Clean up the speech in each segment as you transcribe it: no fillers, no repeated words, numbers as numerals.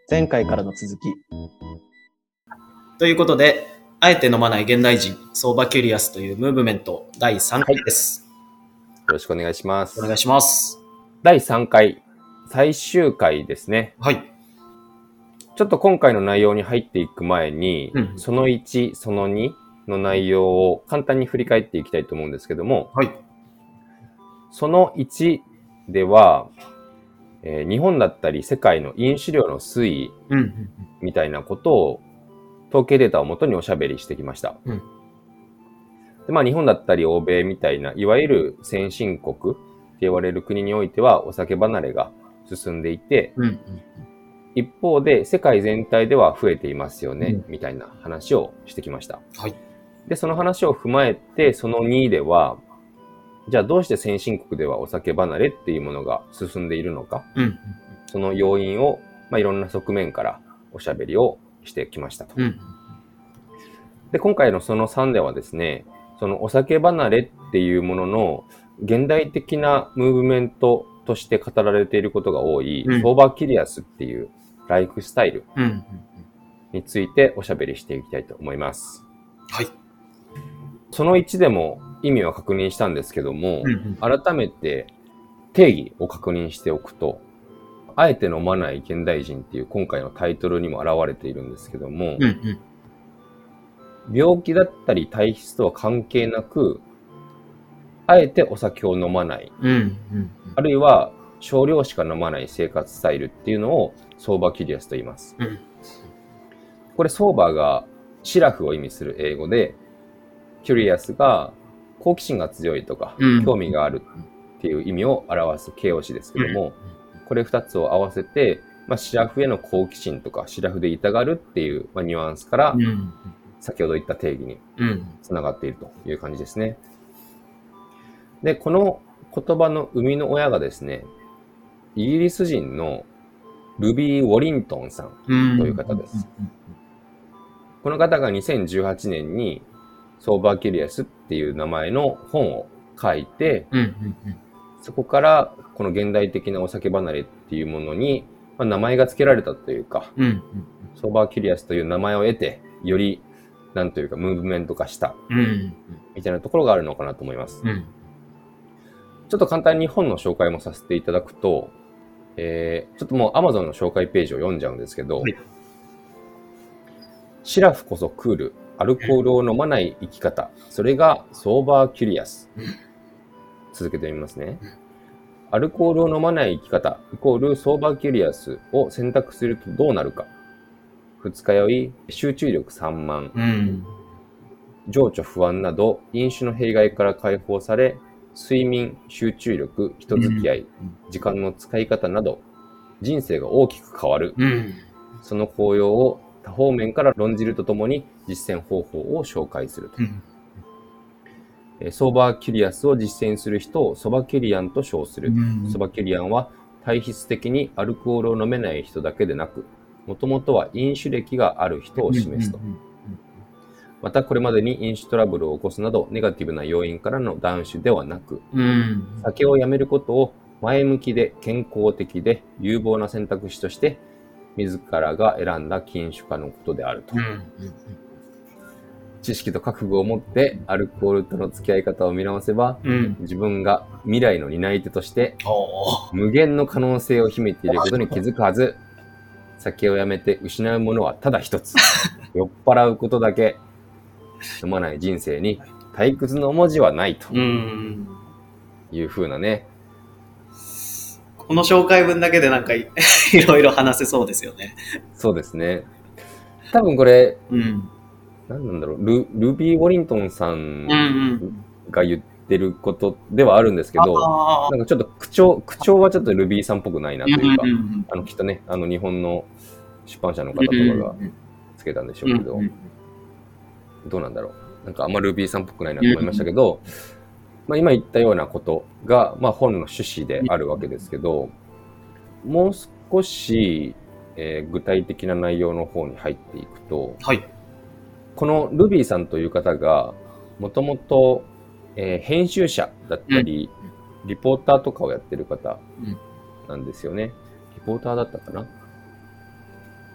前回からの続き。 ということで、あえて飲まない現代人、相場キュリアスというムーブメント第3回です。 よろしくお願いします。 お願いします。 第3回、最終回ですね。 はい。 ちょっと今回の内容に入っていく前に、その1、その2の内容を簡単に振り返っていきたいと思うんですけども、 はい。 その1では、日本だったり世界の飲酒量の推移みたいなことを統計データをもとにおしゃべりしてきました。で日本だったり欧米みたいないわゆる先進国って言われる国においてはお酒離れが進んでいて、一方で世界全体では増えていますよね、みたいな話をしてきました。 はい。 で、その話を踏まえてその2では、じゃあどうして先進国ではお酒離れっていうものが進んでいるのか、その要因を、いろんな側面からおしゃべりをしてきましたと。で、今回のその3ではですね、そのお酒離れっていうものの現代的なムーブメントとして語られていることが多い、ソーバーキュリアスっていうライフスタイルについておしゃべりしていきたいと思います。 はい。 その1でも意味は確認したんですけども、改めて定義を確認しておくと、あえて飲まない現代人っていう今回のタイトルにも表れているんですけども、病気だったり体質とは関係なく、あえてお酒を飲まない、あるいは少量しか飲まない生活スタイルっていうのをソーバーキュリアスと言います。これソーバーがシラフを意味する英語で、キュリアスが好奇心が強いとか、興味があるっていう意味を表す形容詞ですけども、これ2つを合わせて、シラフへの好奇心とかシラフでいたがるっていう、ニュアンスから、先ほど言った定義につながっているという感じですね。で、この言葉の生みの親がですね、イギリス人のルビー・ウォリントンさんという方です。この方が2018年にソーバーキュリアスっていう名前の本を書いて、そこからこの現代的なお酒離れっていうものに、名前が付けられたというか、ソーバーキュリアスという名前を得て、よりなんというかムーブメント化した、みたいなところがあるのかなと思います。ちょっと簡単に本の紹介もさせていただくと、ちょっともう Amazon の紹介ページを読んじゃうんですけど、シラフこそクール、アルコールを飲まない生き方、それがソーバーキュリアス。続けてみますね。アルコールを飲まない生き方イコールソーバーキュリアスを選択するとどうなるか。二日酔い、集中力散漫、情緒不安など飲酒の弊害から解放され、睡眠、集中力、人付き合い、時間の使い方など人生が大きく変わる。その効用を多方面から論じるとともに実践方法を紹介すると。ソーバーキュリアスを実践する人をソバキュリアンと称する。ソバキュリアンは体質的にアルコールを飲めない人だけでなく、もともとは飲酒歴がある人を示すと。またこれまでに飲酒トラブルを起こすなどネガティブな要因からの断酒ではなく、酒をやめることを前向きで健康的で有望な選択肢として自らが選んだ禁酒化のことであると。知識と覚悟を持ってアルコールとの付き合い方を見直せば、自分が未来の担い手として無限の可能性を秘めていることに気づくはず。酒をやめて失うものはただ一つ。酔っ払うことだけ。飲まない人生に退屈の文字はないという風なね。 この紹介文だけでなんかいろいろ話せそうですよね。 そうですね。多分これ、何なんだろう、ルビー・ウォリントンさんが言ってることではあるんですけど、なんかちょっと口調はちょっとルビーさんっぽくないなというか、きっとね、日本の出版社の方とかがつけたんでしょうけど、どうなんだろう。なんかあんまルビーさんっぽくないなと思いましたけど、今言ったようなことが、本の趣旨であるわけですけど、もう少し、具体的な内容の方に入っていくと、このルビーさんという方が、もともと編集者だったり、リポーターとかをやってる方なんですよね。リポーターだったかな。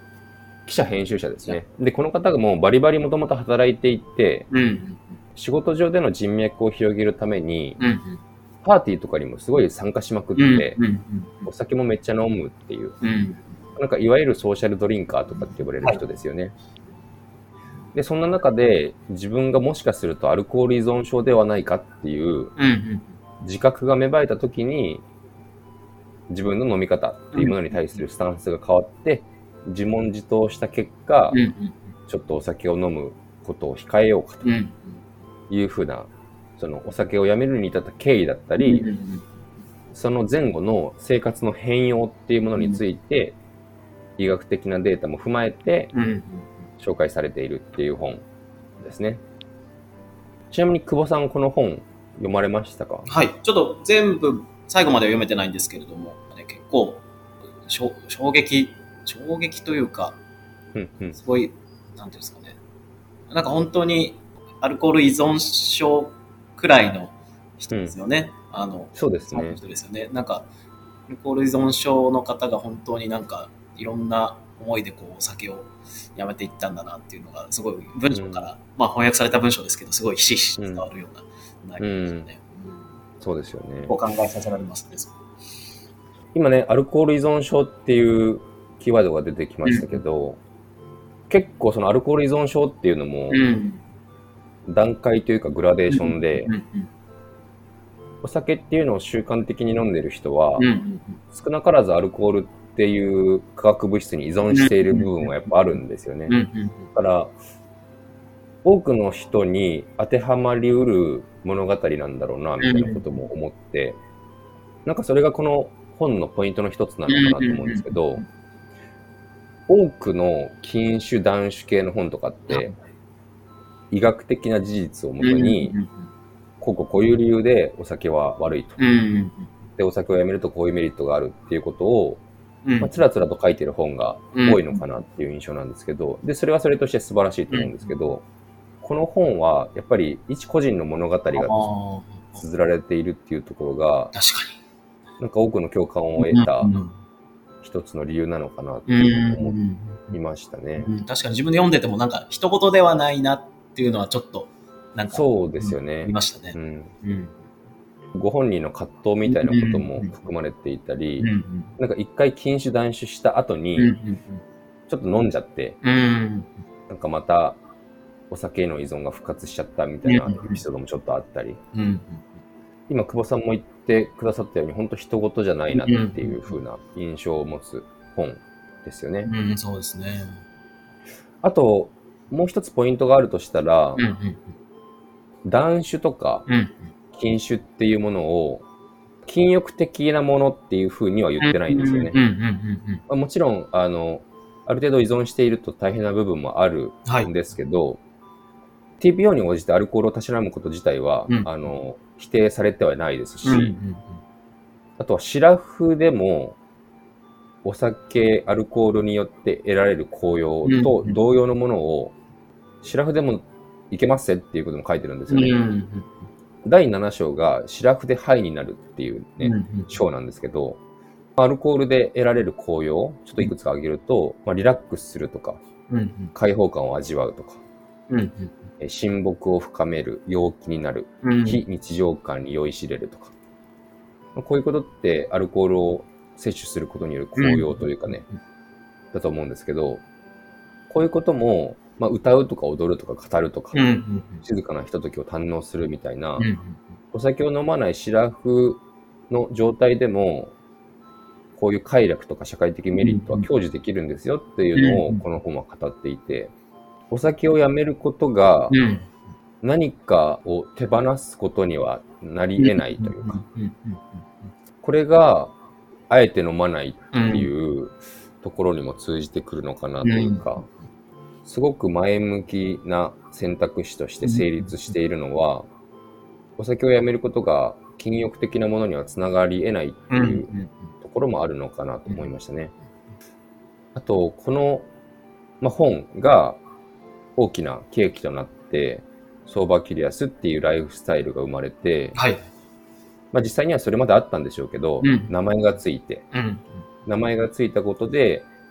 記者編集者ですね。で、この方がもうバリバリもともと働いていて、仕事上での人脈を広げるために、パーティーとかにもすごい参加しまくって、お酒もめっちゃ飲むっていう、なんかいわゆるソーシャルドリンカーとかって呼ばれる人ですよね。で、そんな中で自分がもしかするとアルコール依存症ではないかっていう自覚が芽生えた時に、自分の飲み方っていうものに対するスタンスが変わって、自問自答した結果、ちょっとお酒を飲むことを控えようかというふうな、そのお酒をやめるに至った経緯だったり、その前後の生活の変容っていうものについて、医学的なデータも踏まえて紹介されているっていう本ですね。ちなみに久保さん、この本読まれましたか？ はい、ちょっと全部最後までは読めてないんですけれども、結構衝撃というか、すごい、なんていうんですかね、なんか本当にアルコール依存症くらいの人ですよね。 そうですね。 人ですよね。なんかアルコール依存症の方が本当になんかいろんな思いでこうお酒をやめていったんだなっていうのがすごい文章から、まあ翻訳された文章ですけど、すごいひしひし伝わるような内容ですよね。 そうですよね。 こう考えさせられますね。 今ね、アルコール依存症っていうキーワードが出てきましたけど、結構そのアルコール依存症っていうのも、段階というかグラデーションで、お酒っていうのを習慣的に飲んでる人は、少なからずアルコールっていう化学物質に依存している部分はやっぱあるんですよね。だから、多くの人に当てはまりうる物語なんだろうな、みたいなことも思って、なんかそれがこの本のポイントの一つなのかなと思うんですけど、多くの禁酒断酒系の本とかって、医学的な事実をもとに、こういう理由でお酒は悪いと。で、お酒をやめるとこういうメリットがあるっていうことを、つらつらと書いてる本が多いのかなっていう印象なんですけど、で、それはそれとして素晴らしいと思うんですけど、この本はやっぱり一個人の物語が綴られているっていうところが、 確かになんか多くの共感を得た一つの理由なのかなって思いましたね。 確かに自分で読んでてもなんか一言ではないなっていうのはちょっとなんかそうですよね。 見ましたね。 ご本人の葛藤みたいなことも含まれていたり、なんか一回禁酒断酒した後に、ちょっと飲んじゃって、なんかまたお酒への依存が復活しちゃったみたいなエピソードもちょっとあったり、今久保さんも言ってくださったように、本当人事じゃないなっていう風な印象を持つ本ですよね。 そうですね。 あと、もう一つポイントがあるとしたら、断酒とか、禁酒っていうものを禁欲的なものっていうふうには言ってないんですよね。もちろんある程度依存していると大変な部分もあるんですけど、TPO に応じてアルコールをたしなむこと自体は、否定されてはないですし、あとはシラフでもお酒アルコールによって得られる効用と同様のものをシラフでもいけますっていうことも書いてるんですよね。第7章がシラフでハイになるっていうね、章なんですけど、アルコールで得られる効用、ちょっといくつか挙げると、リラックスするとか、開放感を味わうとか、親睦を深める、陽気になる、非日常感に酔いしれるとか、こういうことってアルコールを摂取することによる効用というかね、だと思うんですけど、こういうことも、歌うとか踊るとか語るとか、静かなひとときを堪能するみたいな、お酒を飲まないシラフの状態でも、こういう快楽とか社会的メリットは享受できるんですよっていうのをこの本は語っていて、お酒をやめることが何かを手放すことにはなり得ないというか、これがあえて飲まないっていうところにも通じてくるのかなというか、すごく前向きな選択肢として成立しているのは、お酒をやめることが禁欲的なものにはつながり得ないっていうところもあるのかなと思いましたね。あと、この、本が大きな契機となって、ソーバーキュリアスっていうライフスタイルが生まれて、実際にはそれまであったんでしょうけど、名前がついて、名前がついたことで、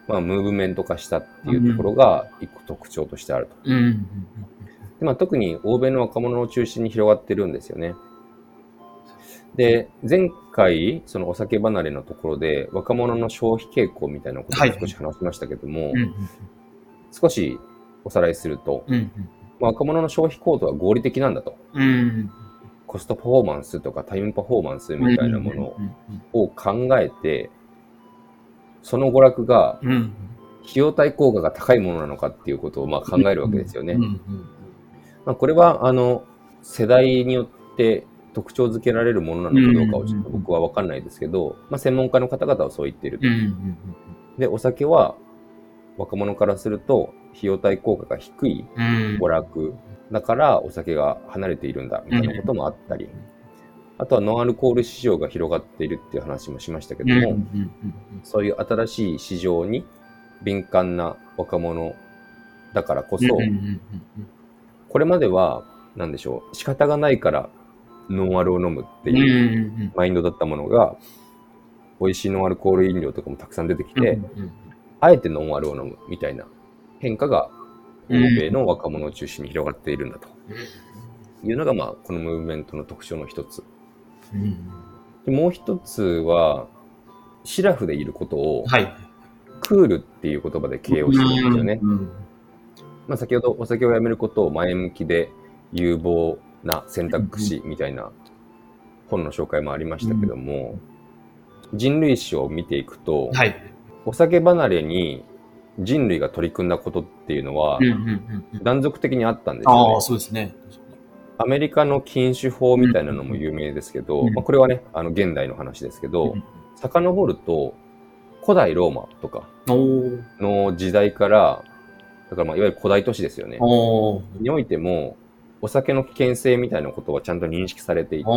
ムーブメント化したっていうところが一個特徴としてあると。で特に欧米の若者を中心に広がってるんですよね。で、前回、そのお酒離れのところで、若者の消費傾向みたいなことを少し話しましたけども、少しおさらいすると、若者の消費行動は合理的なんだと。コストパフォーマンスとかタイムパフォーマンスみたいなものを考えて、その娯楽が、費用対効果が高いものなのかっていうことを考えるわけですよね。これは、世代によって特徴づけられるものなのかどうかをちょっと僕は分かんないですけど、専門家の方々はそう言っていると。で、お酒は若者からすると費用対効果が低い娯楽だからお酒が離れているんだみたいなこともあったり、あとはノンアルコール市場が広がっているっていう話もしましたけども、そういう新しい市場に敏感な若者だからこそ、これまでは何でしょう、仕方がないからノンアルを飲むっていうマインドだったものが、美味しいノンアルコール飲料とかもたくさん出てきて、あえてノンアルを飲むみたいな変化が欧米の若者を中心に広がっているんだというのが、このムーブメントの特徴の一つ。でもう一つは、シラフでいることを、クールっていう言葉で形容してるんですよね。先ほどお酒をやめることを前向きで有望な選択肢みたいな本の紹介もありましたけども、人類史を見ていくと、お酒離れに人類が取り組んだことっていうのは断続的にあったんですよね。 そうですね。 アメリカの禁酒法みたいなのも有名ですけど、これはね、現代の話ですけど、遡ると古代ローマとかの時代から、だからいわゆる古代都市ですよね。においても、お酒の危険性みたいなことはちゃんと認識されていて、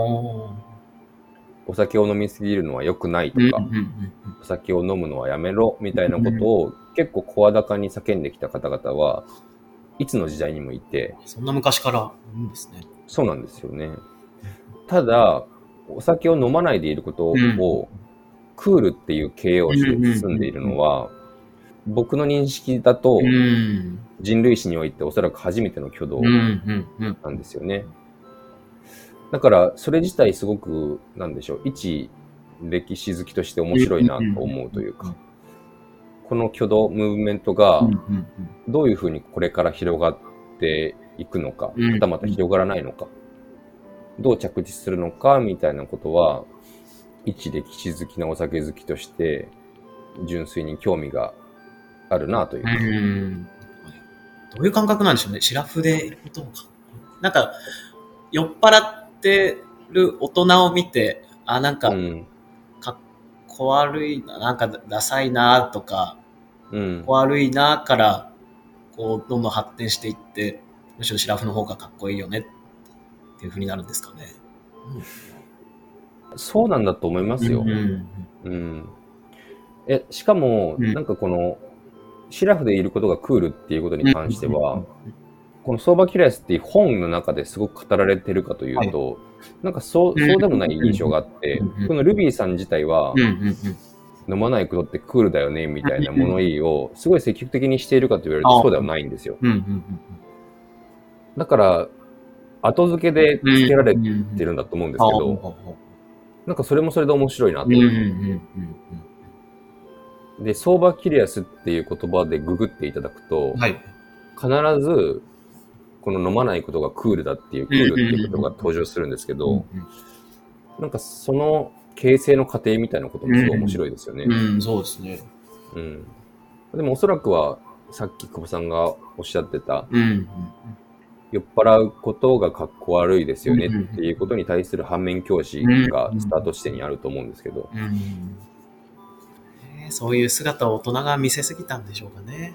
お酒を飲みすぎるのは良くないとか、お酒を飲むのはやめろみたいなことを結構声高に叫んできた方々はいつの時代にもいて。 そんな昔からいるんですね。 そうなんですよね。ただ、お酒を飲まないでいることを、クールっていう形容詞で包んでいるのは、僕の認識だと、人類史においておそらく初めての挙動なんですよね。だから、それ自体すごく、なんでしょう、一歴史好きとして面白いなと思うというか、この挙動、ムーブメントが、どういうふうにこれから広がっていくのか、はたまた広がらないのか、どう着地するのか、みたいなことは、一歴史好きなお酒好きとして、純粋に興味があるなというか。 どういう感覚なんでしょうね。シラフでいることか。なんか、酔っ払ってる大人を見て、なんか、かっこ悪いな、なんかダサいなとか、かっこ悪いなから、こう、どんどん発展していって、むしろシラフの方がかっこいいよねっていう風になるんですかね。 そうなんだと思いますよ。しかも、なんかこの、シラフでいることがクールっていうことに関しては、この相場キュリアスっていう本の中ですごく語られてるかというと、なんかそうでもない印象があって、このルビーさん自体は、飲まないことってクールだよねみたいな物言いをすごい積極的にしているかと言われるとそうではないんですよ。だから後付けでつけられてるんだと思うんですけど、なんかそれもそれで面白いなと。で、相場キュリアスっていう言葉でググっていただくと、必ずこの飲まないことがクールだっていうクールっていうことが登場するんですけど、なんかその形成の過程みたいなこともすごい面白いですよね。 そうですね。 でもおそらくはさっき久保さんがおっしゃってた、酔っ払うことがかっこ悪いですよねっていうことに対する反面教師がスタート地点にあると思うんですけど、 そういう姿を大人が見せすぎたんでしょうかね。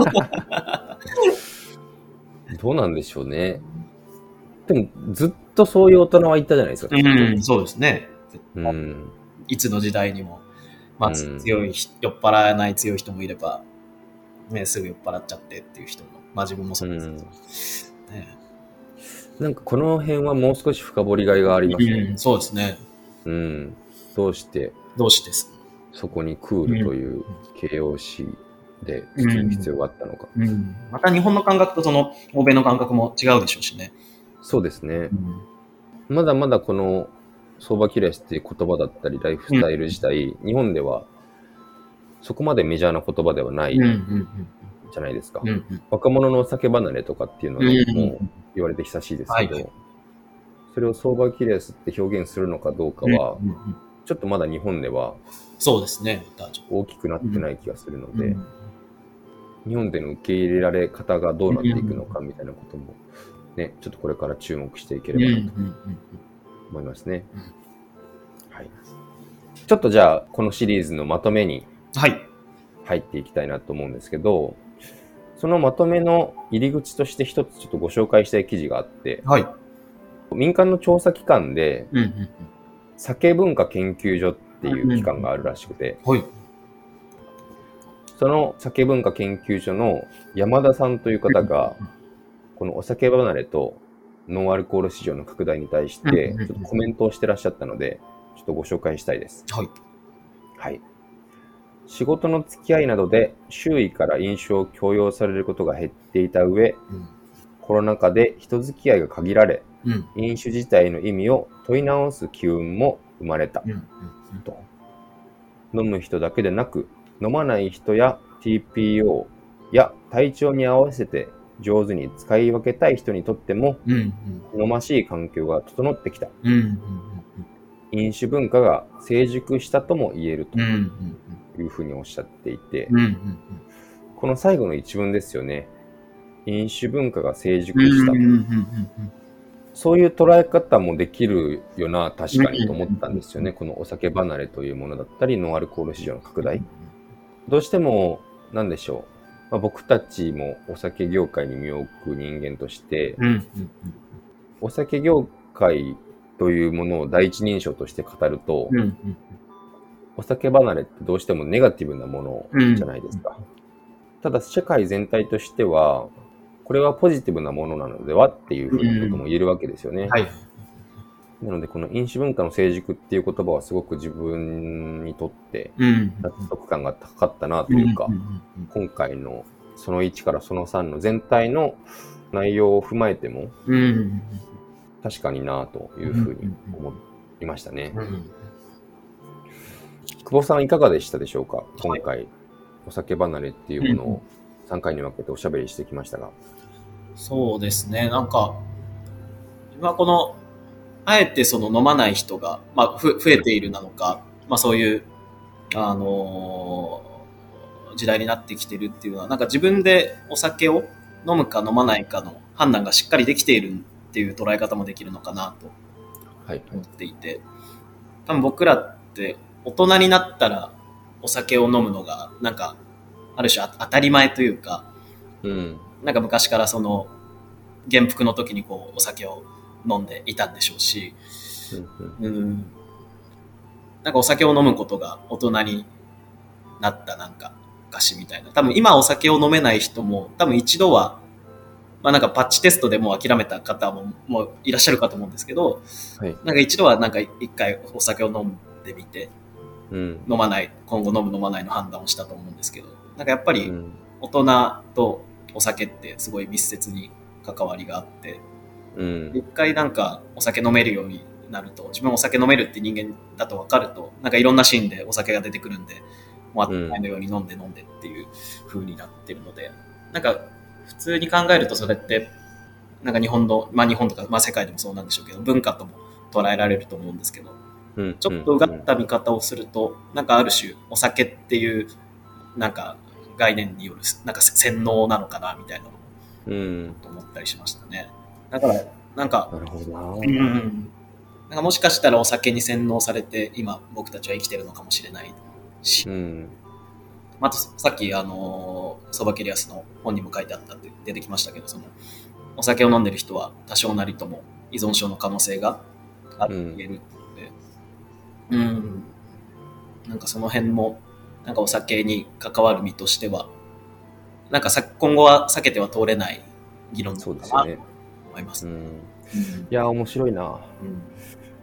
どうなんでしょうね。でもずっとそういう大人はいたじゃないですか。 そうですね。いつの時代にも、強い酔っ払わない強い人もいれば、すぐ酔っ払っちゃってっていう人も、自分もそうですけど、 なんかこの辺はもう少し深掘りがいがありますね。 そうですね。 どうしてです。 そこにクールという形容詞で包む必要があったのか。 また日本の感覚とその欧米の感覚も違うでしょうしね。 そうですね。まだまだこの相場キレスっていう言葉だったりライフスタイル自体、日本ではそこまでメジャーな言葉ではないじゃないですか。若者のお酒離れとかっていうのは、ねもう言われて久しいですけど、それを相場キレスって表現するのかどうかは、ちょっとまだ日本ではそうですね。 大きくなってない気がするので、日本での受け入れられ方がどうなっていくのかみたいなこともね、ちょっとこれから注目していければなと思いますね。はい。ちょっとじゃあこのシリーズのまとめに入っていきたいなと思うんですけど、そのまとめの入り口として一つちょっとご紹介したい記事があって、民間の調査機関で、酒文化研究所っていう機関があるらしくて、その酒文化研究所の山田さんという方が、このお酒離れとノンアルコール市場の拡大に対して、ちょっとコメントをしてらっしゃったので、ちょっとご紹介したいです。はい。仕事の付き合いなどで周囲から飲酒を強要されることが減っていた上、コロナ禍で人付き合いが限られ、飲酒自体の意味を問い直す機運も生まれた、と。飲む人だけでなく、飲まない人や TPO や体調に合わせて上手に使い分けたい人にとっても、好ましい環境が整ってきた。飲酒文化が成熟したとも言えるというふうにおっしゃっていて、この最後の一文ですよね。飲酒文化が成熟したと。そういう捉え方もできるよな、確かにと思ったんですよね。このお酒離れというものだったり、ノンアルコール市場の拡大。どうしても、なんでしょう。僕たちもお酒業界に身を置く人間として、お酒業界というものを第一人称として語ると、お酒離れってどうしてもネガティブなものじゃないですか。ただ社会全体としては、これはポジティブなものなのではっていうふうなことも言えるわけですよね。なのでこの飲酒文化の成熟っていう言葉はすごく自分にとって納得感が高かったなというか、今回のその1からその3の全体の内容を踏まえても、確かになというふうに思いましたね。久保さんいかがでしたでしょうか。今回お酒離れっていうものを3回に分けておしゃべりしてきましたが。 そうですね。なんか今このあえてその飲まない人が、増えているなのか、そういう時代になってきてるっていうのは、なんか自分でお酒を飲むか飲まないかの判断がしっかりできているっていう捉え方もできるのかなと思っていて、多分僕らって大人になったらお酒を飲むのがなんかある種当たり前というか、なんか昔からその元服の時にこうお酒を飲んでいたんでしょうし、なんかお酒を飲むことが大人になったなんか証みたいな。多分今お酒を飲めない人も多分一度は、なんかパッチテストでもう諦めた方もういらっしゃるかと思うんですけど、なんか一度はなんか一回お酒を飲んでみて、飲まない、今後飲む飲まないの判断をしたと思うんですけど、なんかやっぱり大人とお酒ってすごい密接に関わりがあって、一回なんかお酒飲めるようになると、自分お酒飲めるって人間だと分かると、なんかいろんなシーンでお酒が出てくるんで、もう当たり前のように飲んでっていう風になってるので、なんか普通に考えるとそれってなんか日本とか、世界でもそうなんでしょうけど、文化とも捉えられると思うんですけど、ちょっとうがった見方をすると、なんかある種お酒っていうなんか概念によるなんか洗脳なのかなみたいなのと思ったりしましたね。だからなんか、なんかもしかしたらお酒に洗脳されて今僕たちは生きてるのかもしれないし、あとさっきソバキリアスの本にも書いてあったって出てきましたけど、そのお酒を飲んでる人は多少なりとも依存症の可能性があると言えるので、なんかその辺もなんかお酒に関わる身としてはなんか今後は避けては通れない議論だなと思います。 いや面白いな。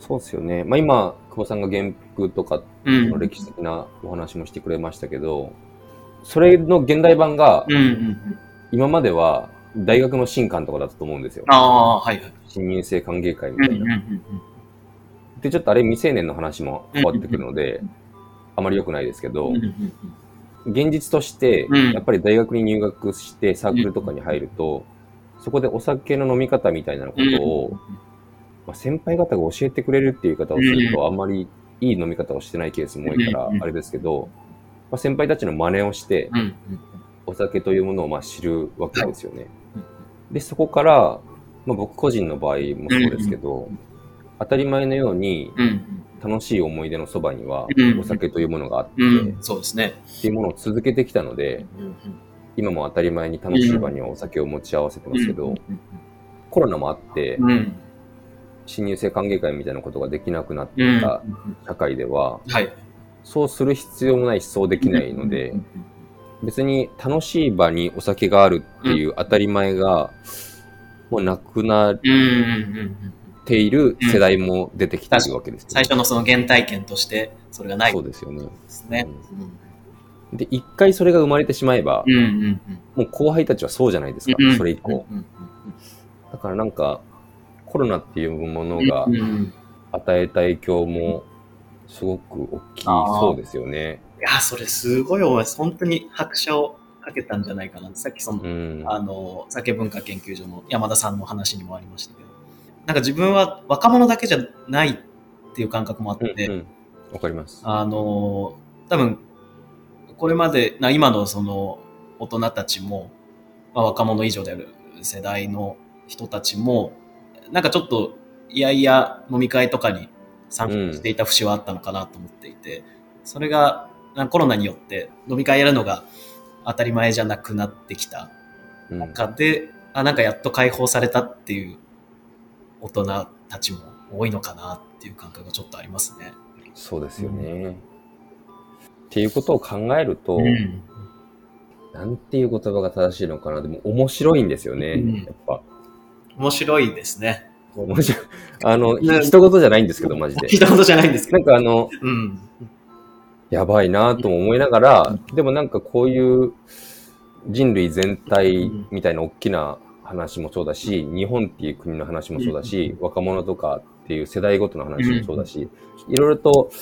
そうですよね。まあ今、久保さんが原服とか、の歴史的なお話もしてくれましたけど、それの現代版が、今までは大学の新刊とかだったと思うんですよ。 はいはい。 新入生歓迎会みたいな。で、ちょっとあれ未成年の話も変わってくるので、あまり良くないですけど、現実として、やっぱり大学に入学してサークルとかに入ると、そこでお酒の飲み方みたいなことを、まあ、先輩方が教えてくれるっていう言い方をすると、あんまりいい飲み方をしてないケースも多いから、あれですけど、まあ、先輩たちの真似をして、お酒というものをまあ知るわけですよね。で、そこから、まあ、僕個人の場合もそうですけど、当たり前のように、楽しい思い出のそばにはお酒というものがあって、 そうですね。 っていうものを続けてきたので、今も当たり前に楽しい場にはお酒を持ち合わせてますけど、コロナもあって、新入生歓迎会みたいなことができなくなった社会では、そうする必要もないし、そうできないので、別に楽しい場にお酒があるっていう当たり前が、もうなくなっている世代も出てきているわけです、ね。 最初のその原体験としてそれがない。 そうですよね。ですね。で、一回それが生まれてしまえば、もう後輩たちはそうじゃないですか、それ以降。だからなんか、コロナっていうものが与えた影響もすごく大きいそうですよね。 いや、それすごい思います。本当に拍車をかけたんじゃないかな。さっきその、酒文化研究所の山田さんの話にもありましたけど、なんか自分は若者だけじゃないっていう感覚もあって、 わかります。 多分、これまで、今のその大人たちも、まあ、若者以上である世代の人たちも、なんかちょっといやいや飲み会とかに参加していた節はあったのかなと思っていて、それがコロナによって飲み会やるのが当たり前じゃなくなってきた中で、なんかやっと解放されたっていう大人たちも多いのかなっていう感覚がちょっとありますね。 そうですよね。っていうことを考えると、なんていう言葉が正しいのかな。でも面白いんですよね、やっぱ。 面白いですね。 面白い。人事じゃないんですけど、マジで。 人事じゃないんですけど。 なんかやばいなとも思いながら、でもなんかこういう人類全体みたいな大きな話もそうだし、日本っていう国の話もそうだし、若者とかっていう世代ごとの話もそうだし、いろいろと、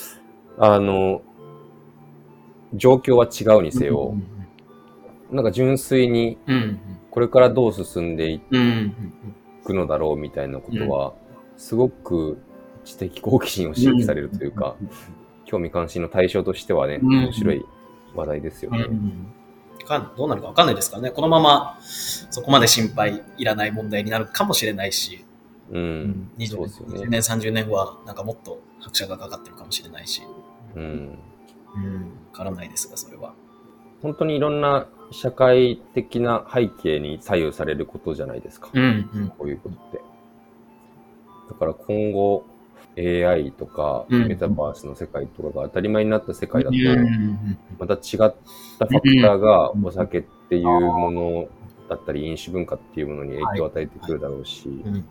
状況は違うにせよ、なんか純粋に、これからどう進んでいくのだろうみたいなことは、すごく知的好奇心を刺激されるというか、興味関心の対象としてはね、面白い話題ですよね。 どうなるか分かんないですからね。このままそこまで心配いらない問題になるかもしれないし、20年、30年後はなんかもっと拍車がかかってるかもしれないし、分からないですが、それは。 本当にいろんな社会的な背景に左右されることじゃないですか。こういうことって。だから今後、AI とかメタバースの世界とかが当たり前になった世界だと、また違ったファクターがお酒っていうものだったり飲酒文化っていうものに影響を与えてくるだろうし、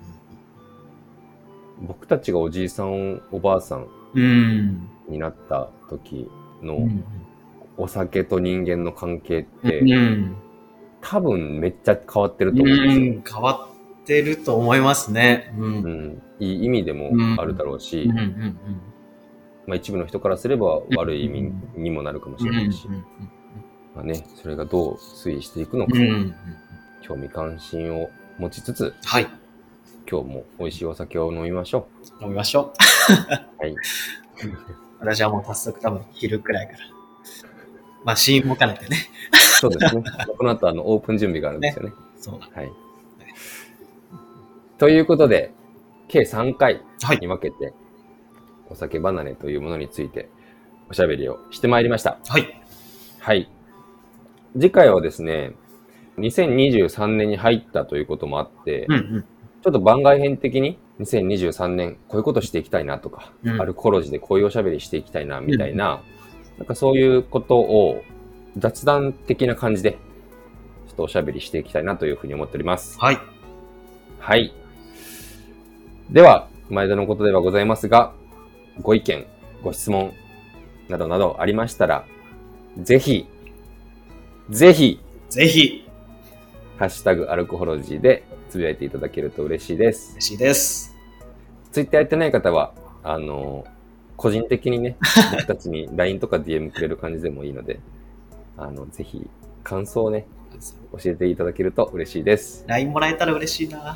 僕たちがおじいさんおばあさんになった時のお酒と人間の関係って、多分めっちゃ変わってると思うんですよ。 変わってると思いますね。 いい意味でもあるだろうし、まあ一部の人からすれば悪い意味にもなるかもしれないし、まあね、それがどう推移していくのか、興味関心を持ちつつ、今日も美味しいお酒を飲みましょう。飲みましょう。はい。私はもう早速多分昼くらいから。まあ、シーンも兼ねてね。 そうですね。この後オープン準備があるんですよね。 そうなんはい。ということで、計3回に分けて、お酒離れというものについておしゃべりをしてまいりました。 はい。 はい。次回はですね、2023年に入ったということもあって、ちょっと番外編的に2023年こういうことしていきたいなとか、あるコロジでこういうおしゃべりしていきたいなみたいな、なんかそういうことを雑談的な感じでちょっとおしゃべりしていきたいなというふうに思っております。 はい。 はい。では、 毎度のことではございますが、ご意見、ご質問などなどありましたら、ぜひ、ハッシュタグアルコホロジーでつぶやいていただけると嬉しいです。 嬉しいです。 ツイッターやってない方は、個人的にね、僕たちに LINE とか DM くれる感じでもいいので、ぜひ、感想をね、教えていただけると嬉しいです。 LINE もらえたら嬉しいな。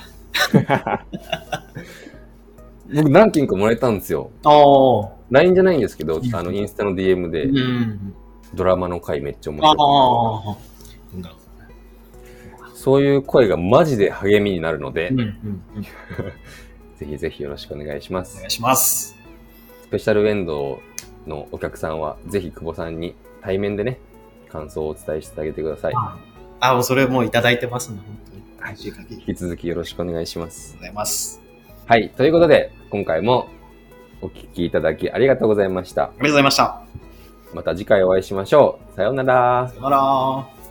僕何件かもらえたんですよ。LINE じゃないんですけど、インスタの DM で、ドラマの回めっちゃ面白い。そういう声がマジで励みになるので、ぜひぜひよろしくお願いします。 お願いします。 スペシャルウェンドのお客さんは、ぜひ久保さんに対面でね、感想をお伝えしてあげてください。 それもういただいてますね、本当に。 はい、引き続きよろしくお願いします。 ありがとうございます。 はい、ということで、今回もお聞きいただきありがとうございました。 ありがとうございました。 また次回お会いしましょう。さようなら。 さようなら。